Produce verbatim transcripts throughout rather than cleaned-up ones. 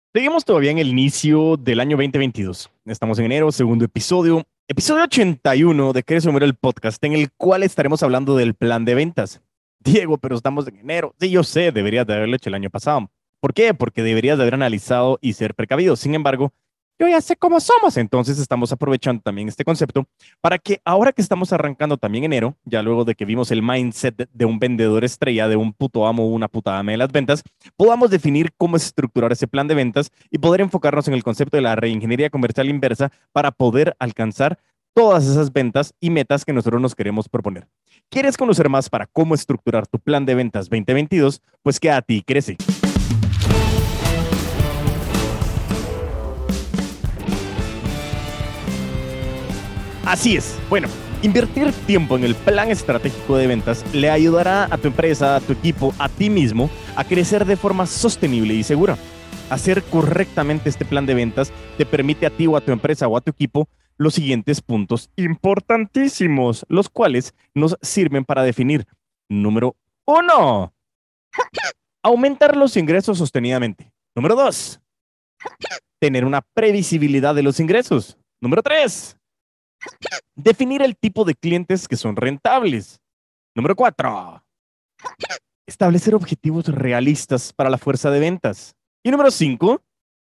Seguimos todavía en el inicio del año dos mil veintidós. Estamos en enero, segundo episodio, episodio ochenta y uno de ¿Quieres Homero? El podcast, en el cual estaremos hablando del plan de ventas. Diego, pero estamos en enero. Sí, yo sé, deberías de haberlo hecho el año pasado. ¿Por qué? Porque deberías de haber analizado y ser precavido. Sin embargo, yo ya sé cómo somos, entonces estamos aprovechando también este concepto para que ahora que estamos arrancando también enero, ya luego de que vimos el mindset de, de un vendedor estrella, de un puto amo o una puta ama de las ventas, podamos definir cómo estructurar ese plan de ventas y poder enfocarnos en el concepto de la reingeniería comercial inversa para poder alcanzar todas esas ventas y metas que nosotros nos queremos proponer. ¿Quieres conocer más para cómo estructurar tu plan de ventas veinte veintidós? Pues quédate y crece. Así es. Bueno, invertir tiempo en el plan estratégico de ventas le ayudará a tu empresa, a tu equipo, a ti mismo a crecer de forma sostenible y segura. Hacer correctamente este plan de ventas te permite a ti o a tu empresa o a tu equipo los siguientes puntos importantísimos, los cuales nos sirven para definir. Número uno, aumentar los ingresos sostenidamente. Número dos, tener una previsibilidad de los ingresos. Número tres, definir el tipo de clientes que son rentables. Número cuatro, establecer objetivos realistas para la fuerza de ventas. Y número cinco,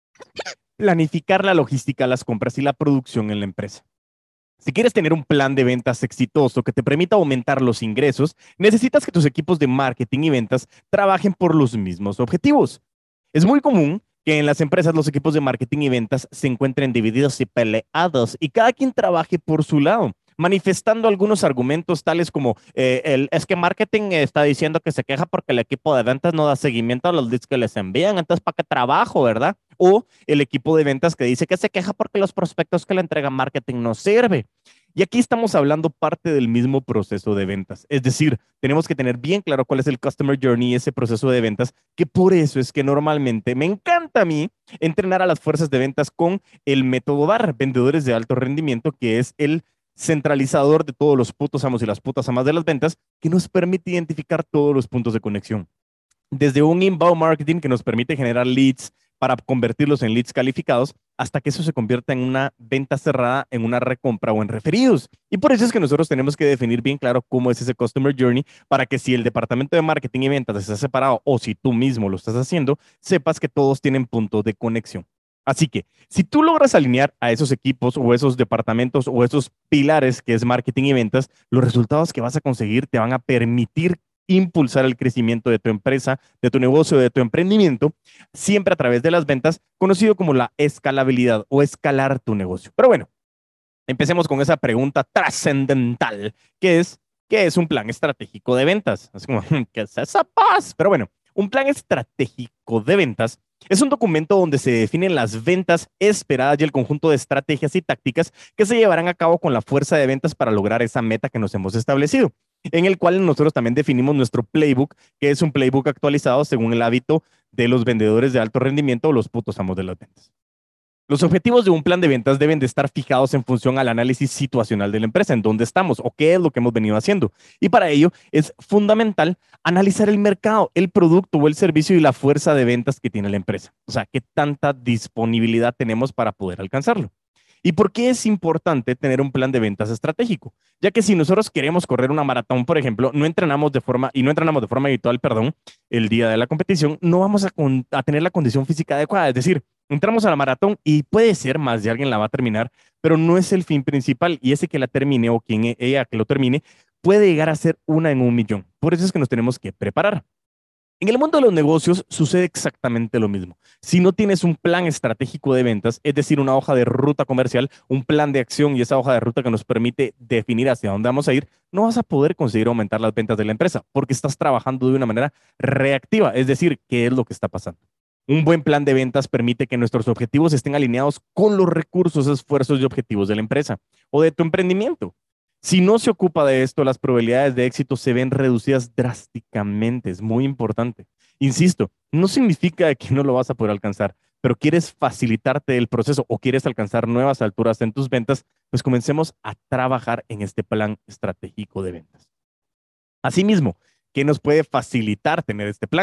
planificar la logística, las compras y la producción en la empresa. Si quieres tener un plan de ventas exitoso que te permita aumentar los ingresos, necesitas que tus equipos de marketing y ventas trabajen por los mismos objetivos. Es muy común que en las empresas los equipos de marketing y ventas se encuentren divididos y peleados y cada quien trabaje por su lado, manifestando algunos argumentos tales como eh, el, es que marketing está diciendo que se queja porque el equipo de ventas no da seguimiento a los leads que les envían, entonces ¿para qué trabajo, verdad? O el equipo de ventas que dice que se queja porque los prospectos que le entrega marketing no sirve. Y aquí estamos hablando parte del mismo proceso de ventas. Es decir, tenemos que tener bien claro cuál es el customer journey, ese proceso de ventas, que por eso es que normalmente me encanta a mí entrenar a las fuerzas de ventas con el método B A R, vendedores de alto rendimiento, que es el centralizador de todos los putos amos y las putas amas de las ventas, que nos permite identificar todos los puntos de conexión. Desde un inbound marketing que nos permite generar leads para convertirlos en leads calificados, hasta que eso se convierta en una venta cerrada, en una recompra o en referidos. Y por eso es que nosotros tenemos que definir bien claro cómo es ese customer journey para que si el departamento de marketing y ventas está separado o si tú mismo lo estás haciendo, sepas que todos tienen puntos de conexión. Así que si tú logras alinear a esos equipos o esos departamentos o esos pilares que es marketing y ventas, los resultados que vas a conseguir te van a permitir impulsar el crecimiento de tu empresa, de tu negocio, de tu emprendimiento, siempre a través de las ventas, conocido como la escalabilidad o escalar tu negocio. Pero bueno, empecemos con esa pregunta trascendental, que es, ¿qué es un plan estratégico de ventas? Es como, ¿qué es esa paz? Pero bueno, un plan estratégico de ventas es un documento donde se definen las ventas esperadas y el conjunto de estrategias y tácticas que se llevarán a cabo con la fuerza de ventas para lograr esa meta que nos hemos establecido, en el cual nosotros también definimos nuestro playbook, que es un playbook actualizado según el hábito de los vendedores de alto rendimiento o los putos amos de las ventas. Los objetivos de un plan de ventas deben de estar fijados en función al análisis situacional de la empresa, en dónde estamos o qué es lo que hemos venido haciendo. Y para ello es fundamental analizar el mercado, el producto o el servicio y la fuerza de ventas que tiene la empresa. O sea, qué tanta disponibilidad tenemos para poder alcanzarlo. ¿Y por qué es importante tener un plan de ventas estratégico? Ya que si nosotros queremos correr una maratón, por ejemplo, no entrenamos de forma, y no entrenamos de forma habitual, perdón, el día de la competición, no vamos a, a tener la condición física adecuada. Es decir, entramos a la maratón y puede ser más de alguien la va a terminar, pero no es el fin principal y ese que la termine o quien ella que lo termine puede llegar a ser una en un millón. Por eso es que nos tenemos que preparar. En el mundo de los negocios sucede exactamente lo mismo. Si no tienes un plan estratégico de ventas, es decir, una hoja de ruta comercial, un plan de acción y esa hoja de ruta que nos permite definir hacia dónde vamos a ir, no vas a poder conseguir aumentar las ventas de la empresa porque estás trabajando de una manera reactiva, es decir, ¿qué es lo que está pasando? Un buen plan de ventas permite que nuestros objetivos estén alineados con los recursos, esfuerzos y objetivos de la empresa o de tu emprendimiento. Si no se ocupa de esto, las probabilidades de éxito se ven reducidas drásticamente. Es muy importante. Insisto, no significa que no lo vas a poder alcanzar, pero quieres facilitarte el proceso o quieres alcanzar nuevas alturas en tus ventas, pues comencemos a trabajar en este plan estratégico de ventas. Asimismo, ¿qué nos puede facilitar tener este plan?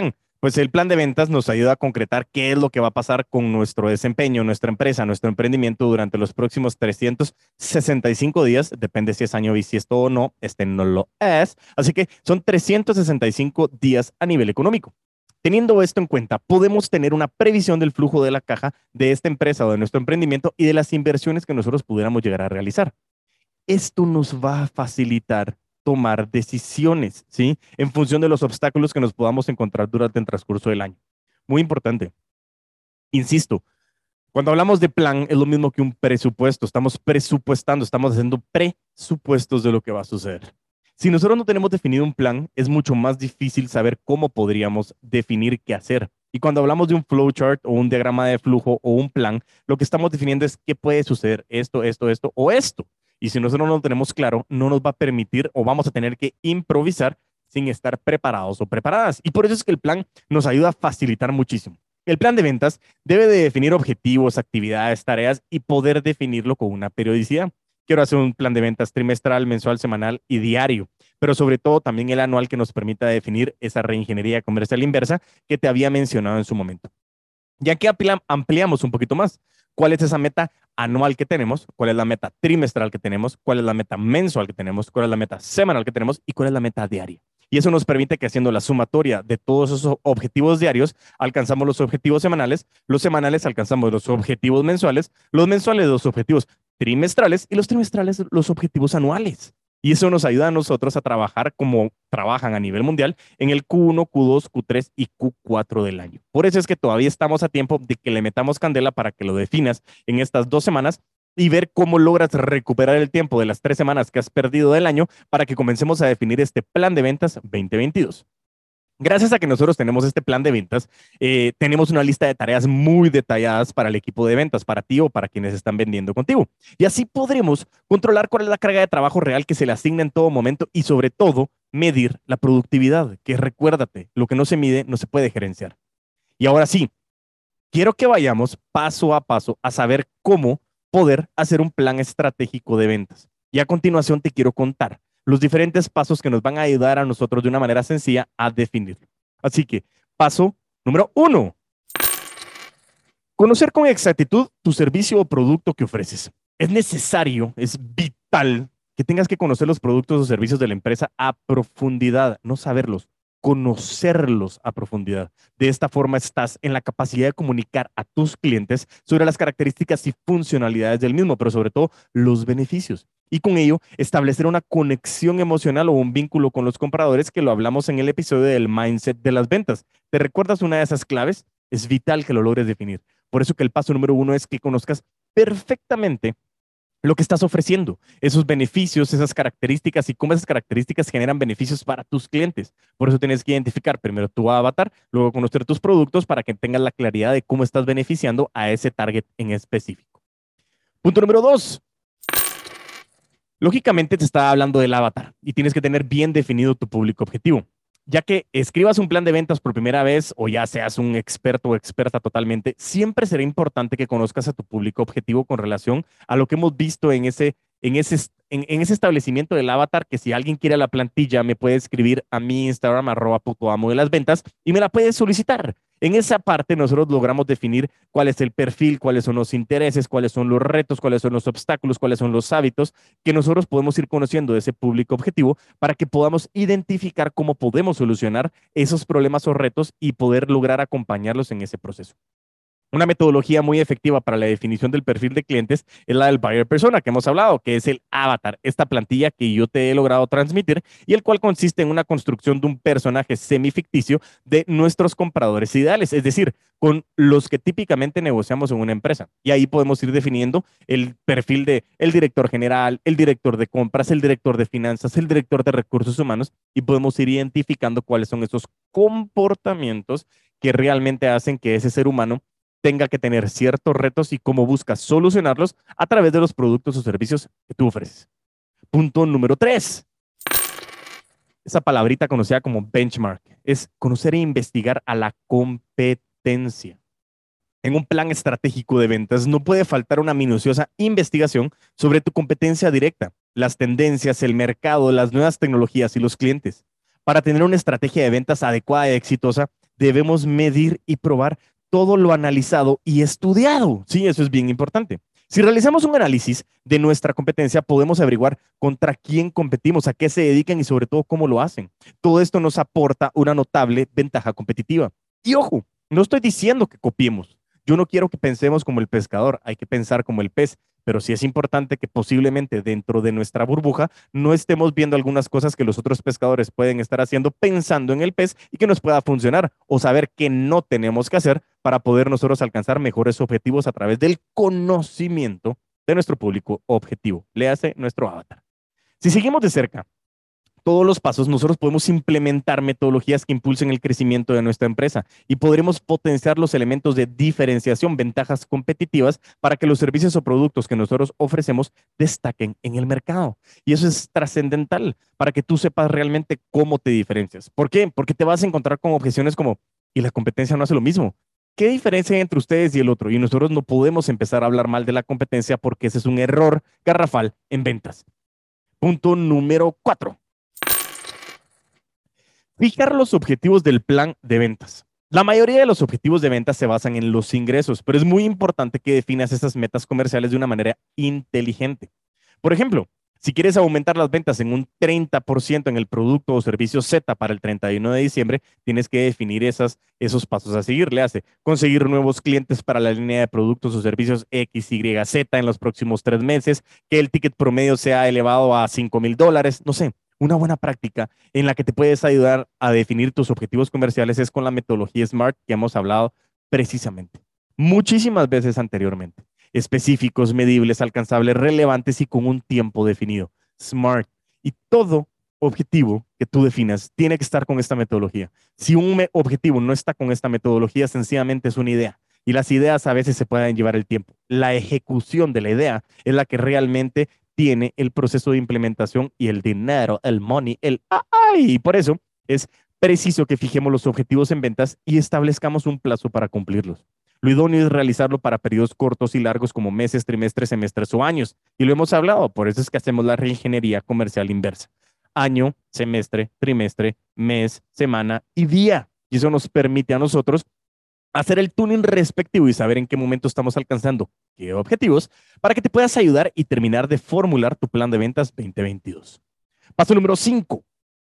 Pues el plan de ventas nos ayuda a concretar qué es lo que va a pasar con nuestro desempeño, nuestra empresa, nuestro emprendimiento durante los próximos trescientos sesenta y cinco días. Depende si es año bisiesto o no, este no lo es. Así que son trescientos sesenta y cinco días a nivel económico. Teniendo esto en cuenta, podemos tener una previsión del flujo de la caja de esta empresa o de nuestro emprendimiento y de las inversiones que nosotros pudiéramos llegar a realizar. Esto nos va a facilitar tomar decisiones, ¿sí? En función de los obstáculos que nos podamos encontrar durante el transcurso del año. Muy importante. Insisto, cuando hablamos de plan es lo mismo que un presupuesto. Estamos presupuestando, estamos haciendo presupuestos de lo que va a suceder. Si nosotros no tenemos definido un plan, es mucho más difícil saber cómo podríamos definir qué hacer. Y cuando hablamos de un flowchart o un diagrama de flujo o un plan, lo que estamos definiendo es qué puede suceder esto, esto, esto o esto. Y si nosotros no lo tenemos claro, no nos va a permitir o vamos a tener que improvisar sin estar preparados o preparadas. Y por eso es que el plan nos ayuda a facilitar muchísimo. El plan de ventas debe de definir objetivos, actividades, tareas y poder definirlo con una periodicidad. Quiero hacer un plan de ventas trimestral, mensual, semanal y diario, pero sobre todo también el anual que nos permita definir esa reingeniería comercial inversa que te había mencionado en su momento. Ya que ampliamos un poquito más, ¿cuál es esa meta anual que tenemos? ¿Cuál es la meta trimestral que tenemos? ¿Cuál es la meta mensual que tenemos? ¿Cuál es la meta semanal que tenemos? ¿Y cuál es la meta diaria? Y eso nos permite que haciendo la sumatoria de todos esos objetivos diarios, alcanzamos los objetivos semanales, los semanales alcanzamos los objetivos mensuales, los mensuales los objetivos trimestrales y los trimestrales los objetivos anuales. Y eso nos ayuda a nosotros a trabajar como trabajan a nivel mundial en el Q uno, Q dos, Q tres y Q cuatro del año. Por eso es que todavía estamos a tiempo de que le metamos candela para que lo definas en estas dos semanas y ver cómo logras recuperar el tiempo de las tres semanas que has perdido del año para que comencemos a definir este plan de ventas veinte veintidós. Gracias a que nosotros tenemos este plan de ventas, eh, tenemos una lista de tareas muy detalladas para el equipo de ventas, para ti o para quienes están vendiendo contigo. Y así podremos controlar cuál es la carga de trabajo real que se le asigna en todo momento y sobre todo medir la productividad, que recuérdate, lo que no se mide no se puede gerenciar. Y ahora sí, quiero que vayamos paso a paso a saber cómo poder hacer un plan estratégico de ventas. Y a continuación te quiero contar los diferentes pasos que nos van a ayudar a nosotros de una manera sencilla a definirlo. Así que, paso número uno. Conocer con exactitud tu servicio o producto que ofreces. Es necesario, es vital que tengas que conocer los productos o servicios de la empresa a profundidad, no saberlos, conocerlos a profundidad. De esta forma estás en la capacidad de comunicar a tus clientes sobre las características y funcionalidades del mismo, pero sobre todo los beneficios. Y con ello, establecer una conexión emocional o un vínculo con los compradores, que lo hablamos en el episodio del mindset de las ventas. ¿Te recuerdas una de esas claves? Es vital que lo logres definir. Por eso que el paso número uno es que conozcas perfectamente lo que estás ofreciendo, esos beneficios, esas características y cómo esas características generan beneficios para tus clientes. Por eso tienes que identificar primero tu avatar, luego conocer tus productos para que tengas la claridad de cómo estás beneficiando a ese target en específico. Punto número dos. Lógicamente te está hablando del avatar y tienes que tener bien definido tu público objetivo. Ya que escribas un plan de ventas por primera vez o ya seas un experto o experta totalmente, siempre será importante que conozcas a tu público objetivo con relación a lo que hemos visto en ese, en ese, en, en ese establecimiento del avatar, que si alguien quiere la plantilla me puede escribir a mi Instagram, arroba puto amo de las ventas, y me la puede solicitar. En esa parte nosotros logramos definir cuál es el perfil, cuáles son los intereses, cuáles son los retos, cuáles son los obstáculos, cuáles son los hábitos que nosotros podemos ir conociendo de ese público objetivo para que podamos identificar cómo podemos solucionar esos problemas o retos y poder lograr acompañarlos en ese proceso. Una metodología muy efectiva para la definición del perfil de clientes es la del buyer persona que hemos hablado, que es el avatar, esta plantilla que yo te he logrado transmitir y el cual consiste en una construcción de un personaje semificticio de nuestros compradores ideales, es decir, con los que típicamente negociamos en una empresa. Y ahí podemos ir definiendo el perfil de el director general, el director de compras, el director de finanzas, el director de recursos humanos y podemos ir identificando cuáles son esos comportamientos que realmente hacen que ese ser humano tenga que tener ciertos retos y cómo buscas solucionarlos a través de los productos o servicios que tú ofreces. Punto número tres. Esa palabrita conocida como benchmark es conocer e investigar a la competencia. En un plan estratégico de ventas no puede faltar una minuciosa investigación sobre tu competencia directa, las tendencias, el mercado, las nuevas tecnologías y los clientes. Para tener una estrategia de ventas adecuada y exitosa, debemos medir y probar todo lo analizado y estudiado. Sí, eso es bien importante. Si realizamos un análisis de nuestra competencia, podemos averiguar contra quién competimos, a qué se dedican y sobre todo cómo lo hacen. Todo esto nos aporta una notable ventaja competitiva. Y ojo, no estoy diciendo que copiemos. Yo no quiero que pensemos como el pescador, hay que pensar como el pez, pero sí es importante que posiblemente dentro de nuestra burbuja no estemos viendo algunas cosas que los otros pescadores pueden estar haciendo pensando en el pez y que nos pueda funcionar o saber qué no tenemos que hacer para poder nosotros alcanzar mejores objetivos a través del conocimiento de nuestro público objetivo, léase nuestro avatar. Si seguimos de cerca todos los pasos, nosotros podemos implementar metodologías que impulsen el crecimiento de nuestra empresa y podremos potenciar los elementos de diferenciación, ventajas competitivas para que los servicios o productos que nosotros ofrecemos destaquen en el mercado. Y eso es trascendental para que tú sepas realmente cómo te diferencias. ¿Por qué? Porque te vas a encontrar con objeciones como, ¿y la competencia no hace lo mismo? ¿Qué diferencia hay entre ustedes y el otro? Y nosotros no podemos empezar a hablar mal de la competencia porque ese es un error garrafal en ventas. Punto número cuatro. Fijar los objetivos del plan de ventas. La mayoría de los objetivos de ventas se basan en los ingresos, pero es muy importante que definas esas metas comerciales de una manera inteligente. Por ejemplo, si quieres aumentar las ventas en un treinta por ciento en el producto o servicio Z para el treinta y uno de diciembre, tienes que definir esas, esos pasos a seguir. Le hace conseguir nuevos clientes para la línea de productos o servicios X, Y, Z en los próximos tres meses, que el ticket promedio sea elevado a cinco mil dólares, no sé. Una buena práctica en la que te puedes ayudar a definir tus objetivos comerciales es con la metodología SMART que hemos hablado precisamente muchísimas veces anteriormente. Específicos, medibles, alcanzables, relevantes y con un tiempo definido. SMART. Y todo objetivo que tú definas tiene que estar con esta metodología. Si un objetivo no está con esta metodología, sencillamente es una idea. Y las ideas a veces se pueden llevar el tiempo. La ejecución de la idea es la que realmente tiene el proceso de implementación y el dinero, el money, el ¡ay! Y por eso es preciso que fijemos los objetivos en ventas y establezcamos un plazo para cumplirlos. Lo idóneo es realizarlo para periodos cortos y largos como meses, trimestres, semestres o años. Y lo hemos hablado, por eso es que hacemos la reingeniería comercial inversa. Año, semestre, trimestre, mes, semana y día. Y eso nos permite a nosotros hacer el tuning respectivo y saber en qué momento estamos alcanzando qué objetivos para que te puedas ayudar y terminar de formular tu plan de ventas veinte veintidós. Paso número cinco.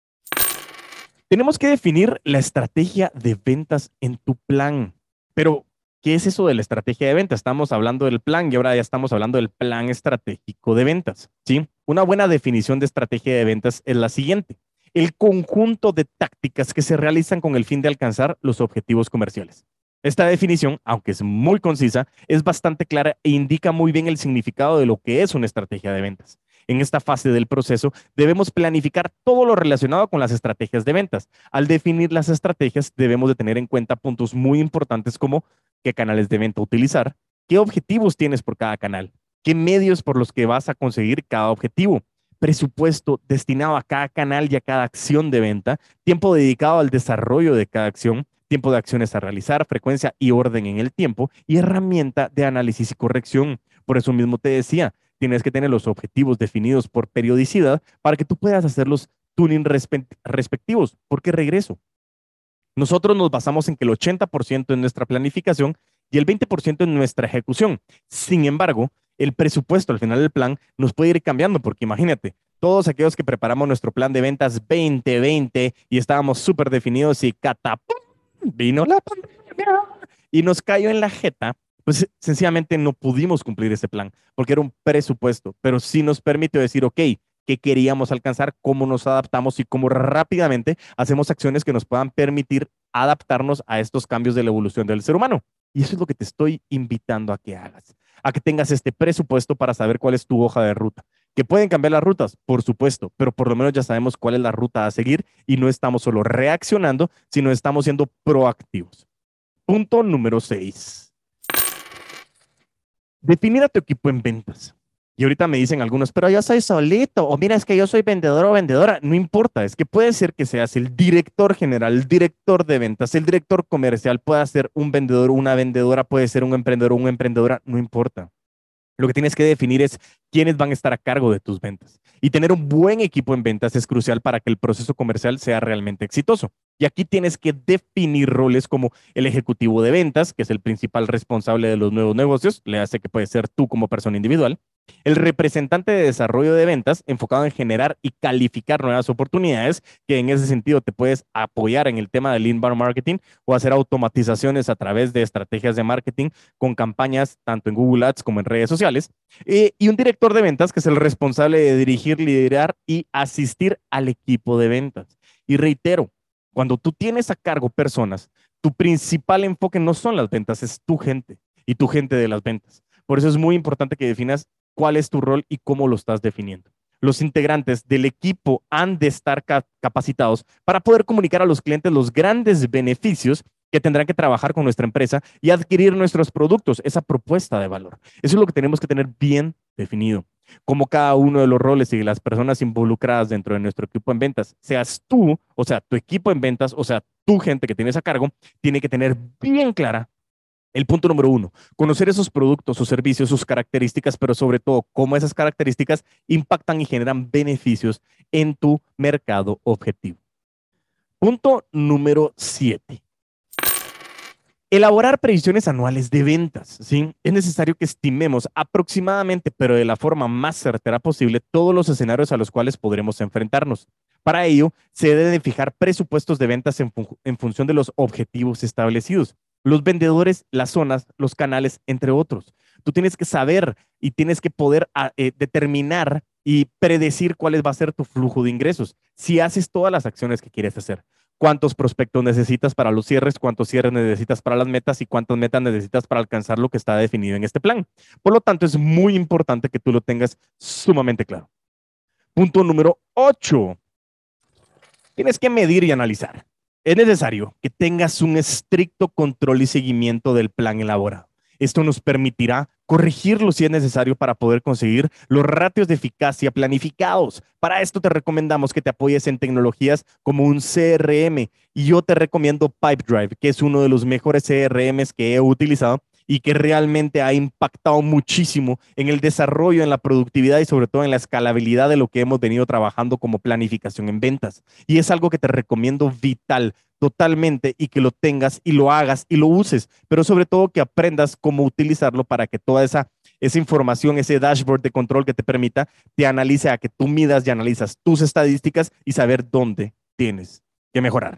Tenemos que definir la estrategia de ventas en tu plan. Pero, ¿qué es eso de la estrategia de ventas? Estamos hablando del plan y ahora ya estamos hablando del plan estratégico de ventas, ¿sí? Una buena definición de estrategia de ventas es la siguiente: el conjunto de tácticas que se realizan con el fin de alcanzar los objetivos comerciales. Esta definición, aunque es muy concisa, es bastante clara e indica muy bien el significado de lo que es una estrategia de ventas. En esta fase del proceso debemos planificar todo lo relacionado con las estrategias de ventas. Al definir las estrategias debemos de tener en cuenta puntos muy importantes como qué canales de venta utilizar, qué objetivos tienes por cada canal, qué medios por los que vas a conseguir cada objetivo, presupuesto destinado a cada canal y a cada acción de venta, tiempo dedicado al desarrollo de cada acción, tiempo de acciones a realizar, frecuencia y orden en el tiempo y herramienta de análisis y corrección. Por eso mismo te decía, tienes que tener los objetivos definidos por periodicidad para que tú puedas hacer los tuning respectivos. Porque regreso, nosotros nos basamos en que el ochenta por ciento en nuestra planificación y el veinte por ciento en nuestra ejecución. Sin embargo, el presupuesto al final del plan nos puede ir cambiando, porque imagínate, todos aquellos que preparamos nuestro plan de ventas veinte veinte y estábamos súper definidos y catapum, vino la pandemia y nos cayó en la jeta, pues sencillamente no pudimos cumplir ese plan porque era un presupuesto, pero sí nos permitió decir, ok, qué queríamos alcanzar, cómo nos adaptamos y cómo rápidamente hacemos acciones que nos puedan permitir adaptarnos a estos cambios de la evolución del ser humano. Y eso es lo que te estoy invitando a que hagas, a que tengas este presupuesto para saber cuál es tu hoja de ruta. ¿Que pueden cambiar las rutas? Por supuesto, pero por lo menos ya sabemos cuál es la ruta a seguir y no estamos solo reaccionando, sino estamos siendo proactivos. Punto número seis. Definir a tu equipo en ventas. Y ahorita me dicen algunos, pero yo soy solito, o mira, es que yo soy vendedor o vendedora. No importa, es que puede ser que seas el director general, el director de ventas, el director comercial, puede ser un vendedor, una vendedora, puede ser un emprendedor o una emprendedora, no importa. Lo que tienes que definir es quiénes van a estar a cargo de tus ventas. Y tener un buen equipo en ventas es crucial para que el proceso comercial sea realmente exitoso. Y aquí tienes que definir roles como el ejecutivo de ventas, que es el principal responsable de los nuevos negocios, le hace que puede ser tú como persona individual. El representante de desarrollo de ventas, enfocado en generar y calificar nuevas oportunidades, que en ese sentido te puedes apoyar en el tema del inbound marketing o hacer automatizaciones a través de estrategias de marketing con campañas tanto en Google Ads como en redes sociales. Eh, y un director de ventas, que es el responsable de dirigir, liderar y asistir al equipo de ventas. Y reitero, cuando tú tienes a cargo personas, tu principal enfoque no son las ventas, es tu gente y tu gente de las ventas. Por eso es muy importante que definas cuál es tu rol y cómo lo estás definiendo. Los integrantes del equipo han de estar ca- capacitados para poder comunicar a los clientes los grandes beneficios que tendrán que trabajar con nuestra empresa y adquirir nuestros productos, esa propuesta de valor. Eso es lo que tenemos que tener bien definido. Como cada uno de los roles y las personas involucradas dentro de nuestro equipo en ventas, seas tú, o sea, tu equipo en ventas, o sea, tu gente que tienes a cargo, tiene que tener bien clara el punto número uno, conocer esos productos, sus servicios, sus características, pero sobre todo cómo esas características impactan y generan beneficios en tu mercado objetivo. Punto número siete. Elaborar previsiones anuales de ventas, ¿sí? Es necesario que estimemos aproximadamente, pero de la forma más certera posible, todos los escenarios a los cuales podremos enfrentarnos. Para ello, se deben fijar presupuestos de ventas en, fun- en función de los objetivos establecidos, los vendedores, las zonas, los canales, entre otros. Tú tienes que saber y tienes que poder a, eh, determinar y predecir cuál va a ser tu flujo de ingresos si haces todas las acciones que quieres hacer. Cuántos prospectos necesitas para los cierres, cuántos cierres necesitas para las metas y cuántas metas necesitas para alcanzar lo que está definido en este plan. Por lo tanto, es muy importante que tú lo tengas sumamente claro. Punto número ocho. Tienes que medir y analizar. Es necesario que tengas un estricto control y seguimiento del plan elaborado. Esto nos permitirá corregirlo si es necesario para poder conseguir los ratios de eficacia planificados. Para esto te recomendamos que te apoyes en tecnologías como un C R M y yo te recomiendo Pipedrive, que es uno de los mejores C R Ms que he utilizado y que realmente ha impactado muchísimo en el desarrollo, en la productividad y sobre todo en la escalabilidad de lo que hemos venido trabajando como planificación en ventas. Y es algo que te recomiendo vital, totalmente, y que lo tengas y lo hagas y lo uses, pero sobre todo que aprendas cómo utilizarlo para que toda esa, esa información, ese dashboard de control que te permita, te analice a que tú midas y analizas tus estadísticas y saber dónde tienes que mejorar.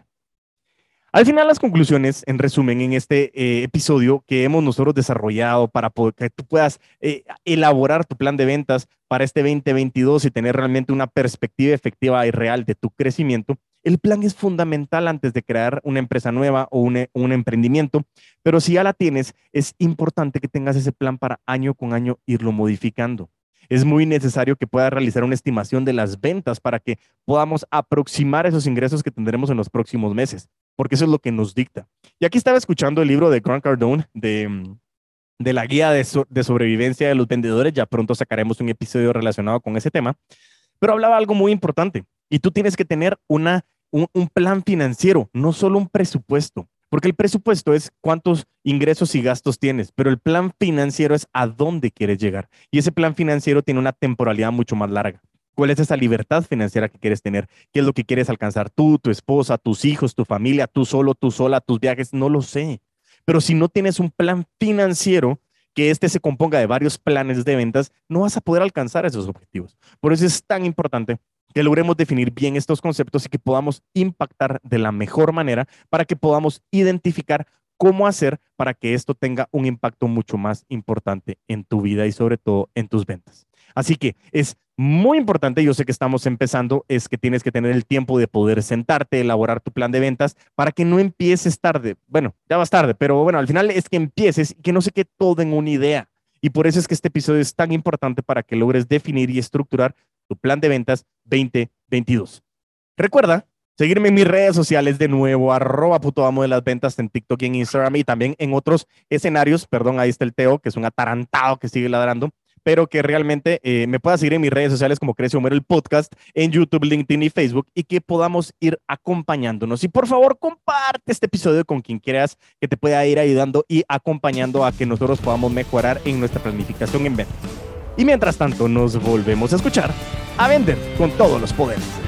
Al final, las conclusiones, en resumen, en este eh, episodio que hemos nosotros desarrollado para poder, que tú puedas eh, elaborar tu plan de ventas para este veinte veintidós y tener realmente una perspectiva efectiva y real de tu crecimiento. El plan es fundamental antes de crear una empresa nueva o un, un emprendimiento, pero si ya la tienes, es importante que tengas ese plan para año con año irlo modificando. Es muy necesario que puedas realizar una estimación de las ventas para que podamos aproximar esos ingresos que tendremos en los próximos meses, porque eso es lo que nos dicta. Y aquí estaba escuchando el libro de Grant Cardone, de, de la guía de, so, de sobrevivencia de los vendedores. Ya pronto sacaremos un episodio relacionado con ese tema, pero hablaba algo muy importante. Y tú tienes que tener una, un, un plan financiero, no solo un presupuesto. Porque el presupuesto es cuántos ingresos y gastos tienes, pero el plan financiero es a dónde quieres llegar. Y ese plan financiero tiene una temporalidad mucho más larga. ¿Cuál es esa libertad financiera que quieres tener? ¿Qué es lo que quieres alcanzar tú, tu esposa, tus hijos, tu familia, tú solo, tú sola, tus viajes? No lo sé. Pero si no tienes un plan financiero, que este se componga de varios planes de ventas, no vas a poder alcanzar esos objetivos. Por eso es tan importante que logremos definir bien estos conceptos y que podamos impactar de la mejor manera para que podamos identificar cómo hacer para que esto tenga un impacto mucho más importante en tu vida y sobre todo en tus ventas. Así que es muy importante, yo sé que estamos empezando, es que tienes que tener el tiempo de poder sentarte, elaborar tu plan de ventas para que no empieces tarde. Bueno, ya vas tarde, pero bueno, al final es que empieces y que no se quede todo en una idea. Y por eso es que este episodio es tan importante para que logres definir y estructurar tu plan de ventas veinte veintidós. Recuerda seguirme en mis redes sociales de nuevo, arroba puto amo de las ventas en TikTok y en Instagram y también en otros escenarios. Perdón, ahí está el Teo, que es un atarantado que sigue ladrando, pero que realmente eh, me pueda seguir en mis redes sociales como Crece Homero el podcast, en YouTube, LinkedIn y Facebook, y que podamos ir acompañándonos. Y por favor, comparte este episodio con quien quieras que te pueda ir ayudando y acompañando a que nosotros podamos mejorar en nuestra planificación en ventas. Y mientras tanto, nos volvemos a escuchar a vender con todos los poderes.